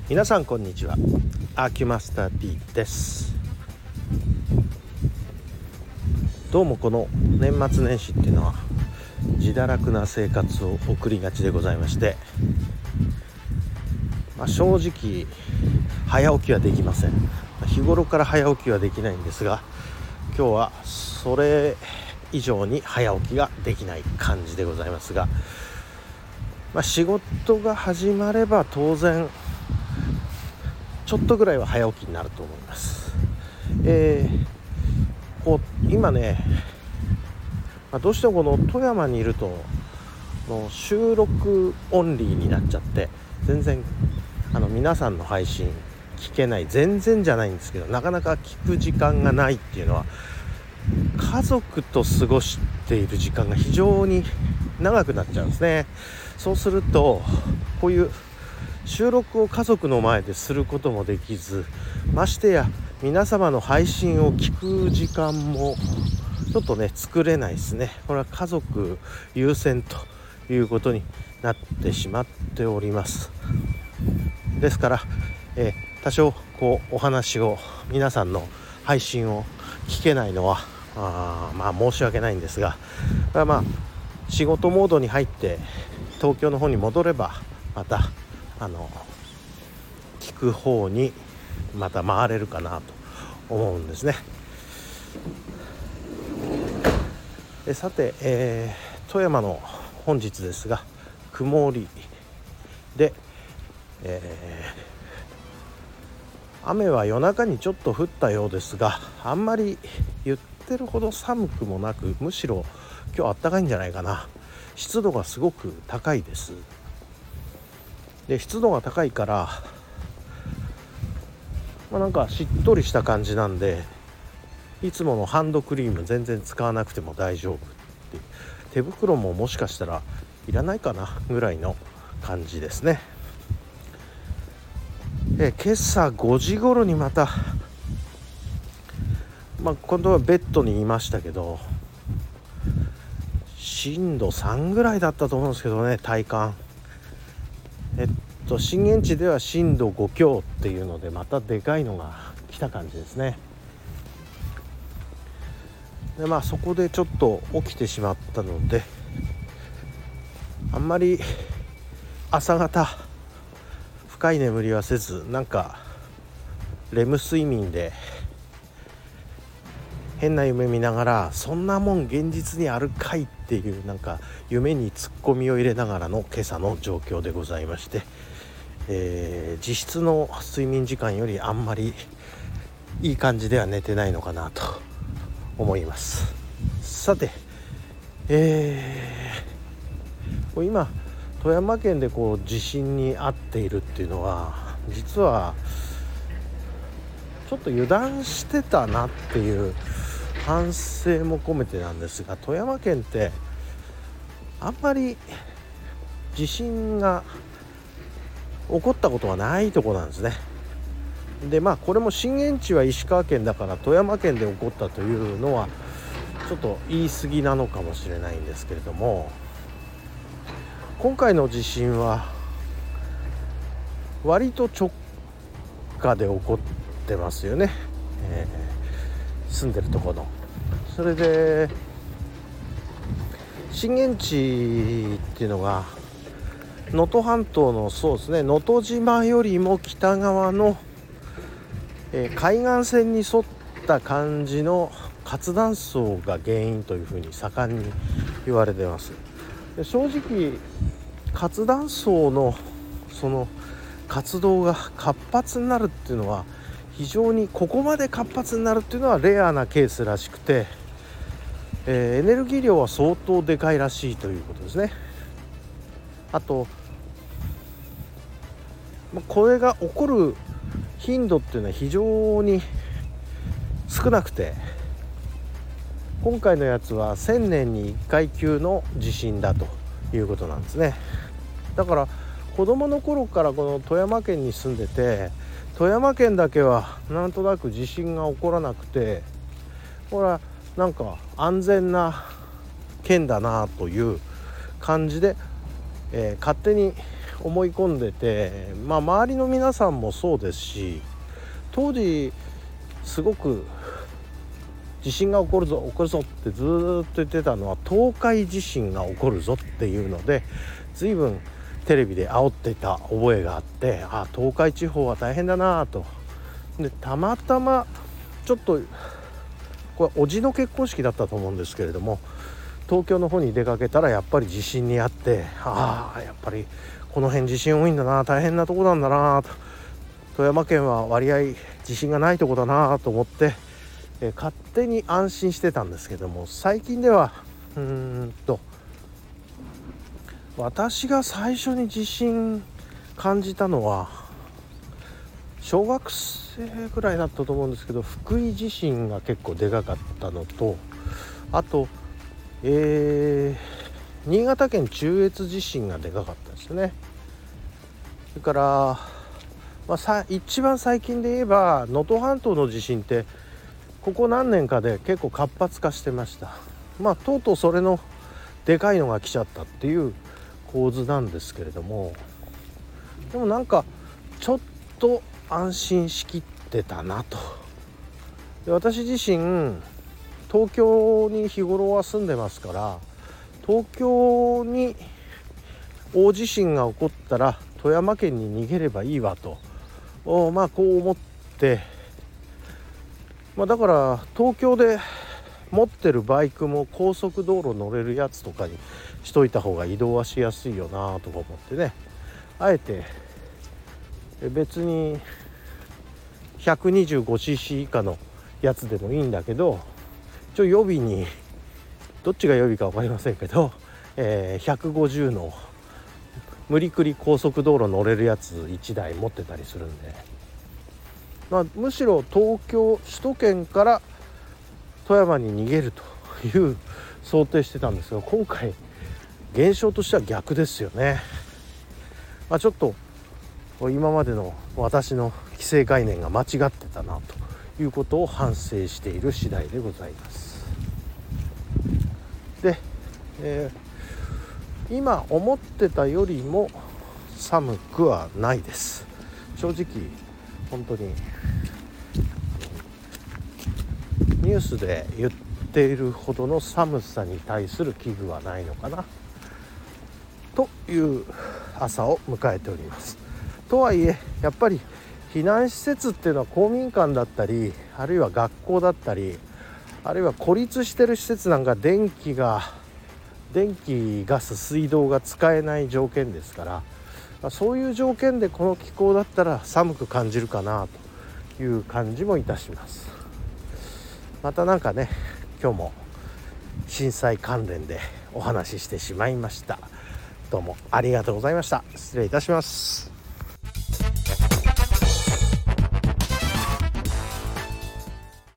皆さんこんにちは。アーキュマスター P です。どうもこの年末年始っていうのは自堕落な生活を送りがちでございまして、正直早起きはできません。日頃から早起きはできないんですが、今日はそれ以上に早起きができない感じでございますが、仕事が始まれば当然ちょっとぐらいは早起きになると思います。今ね、どうしてもこの富山にいると収録オンリーになっちゃって、全然皆さんの配信聞けない、全然じゃないんですけど、なかなか聞く時間がないっていうのは、家族と過ごしている時間が非常に長くなっちゃうんですね。そうするとこういう収録を家族の前ですることもできず、ましてや皆様の配信を聞く時間もちょっとね作れないですね。これは家族優先ということになってしまっております。ですから、多少お話を、皆さんの配信を聞けないのは申し訳ないんですが、仕事モードに入って東京の方に戻ればまた聞く方にまた回れるかなと思うんですね。さて、富山の本日ですが曇りで、雨は夜中にちょっと降ったようですが、あんまり言ってるほど寒くもなく、むしろ今日あったかいんじゃないかな。湿度がすごく高いです。で、湿度が高いからなんかしっとりした感じなんで、いつものハンドクリーム全然使わなくても大丈夫って、手袋ももしかしたらいらないかなぐらいの感じですね。今朝5時頃にまた今度はベッドにいましたけど、震度3ぐらいだったと思うんですけどね、体感。震源地では震度5強っていうので、またでかいのが来た感じですね。でそこでちょっと起きてしまったので、あんまり朝方深い眠りはせず、レム睡眠で変な夢見ながら、そんなもん現実にあるかいっていう夢にツッコミを入れながらの今朝の状況でございまして、実質の睡眠時間よりあんまりいい感じでは寝てないのかなと思います。さて、今富山県で地震に遭っているっていうのは、実はちょっと油断してたなっていう反省も込めてなんですが、富山県ってあんまり地震が起こったことがないところなんですね。でこれも震源地は石川県だから富山県で起こったというのはちょっと言い過ぎなのかもしれないんですけれども、今回の地震は割と直下で起こってますよね。住んでるところの。それで震源地っていうのが能登半島の能登島よりも北側の、海岸線に沿った感じの活断層が原因というふうに盛んに言われています。で、正直活断層のその活動が活発になるっていうのは、非常にここまで活発になるっていうのはレアなケースらしくて、エネルギー量は相当でかいらしいということですね。あとこれが起こる頻度っていうのは非常に少なくて、今回のやつは1000年に1回級の地震だということなんですね。だから子供の頃からこの富山県に住んでて、富山県だけはなんとなく地震が起こらなくて、これは安全な県だなという感じで、勝手に思い込んでて、周りの皆さんもそうですし、当時すごく地震が起こるぞってずっと言ってたのは、東海地震が起こるぞっていうので随分テレビで煽ってた覚えがあって、東海地方は大変だなと。でたまたまちょっとこれ叔父の結婚式だったと思うんですけれども、東京の方に出かけたらやっぱり地震にあって、やっぱりこの辺地震多いんだな、大変なとこなんだなと、富山県は割合地震がないとこだなと思って、勝手に安心してたんですけども、最近では私が最初に地震感じたのは小学生ぐらいだったと思うんですけど、福井地震が結構でかかったのと、あと、新潟県中越地震がでかかったですよね。それから、一番最近で言えば能登半島の地震ってここ何年かで結構活発化してました。とうとうそれのでかいのが来ちゃったっていう構図なんですけれども、でもなんかちょっと安心しきってたなと。で私自身東京に日頃は住んでますから、東京に大地震が起こったら富山県に逃げればいいわと、こう思って、だから東京で持ってるバイクも高速道路乗れるやつとかにしといた方が移動はしやすいよなとか思ってね、あえて別に 125cc 以下のやつでもいいんだけど、予備にどっちが予備か分かりませんけど、150の無理くり高速道路乗れるやつ1台持ってたりするんで、むしろ東京首都圏から富山に逃げるという想定してたんですが、今回現象としては逆ですよね。ちょっと今までの私の既成概念が間違ってたなということを反省している次第でございます。で、今思ってたよりも寒くはないです。正直本当にニュースで言っているほどの寒さに対する危惧はないのかなという朝を迎えております。とはいえやっぱり避難施設っていうのは公民館だったり、あるいは学校だったり、あるいは孤立してる施設なんか電気ガス水道が使えない条件ですから、そういう条件でこの気候だったら寒く感じるかなという感じもいたします。またなんかね、今日も震災関連でお話ししてしまいました。どうもありがとうございました。失礼いたします。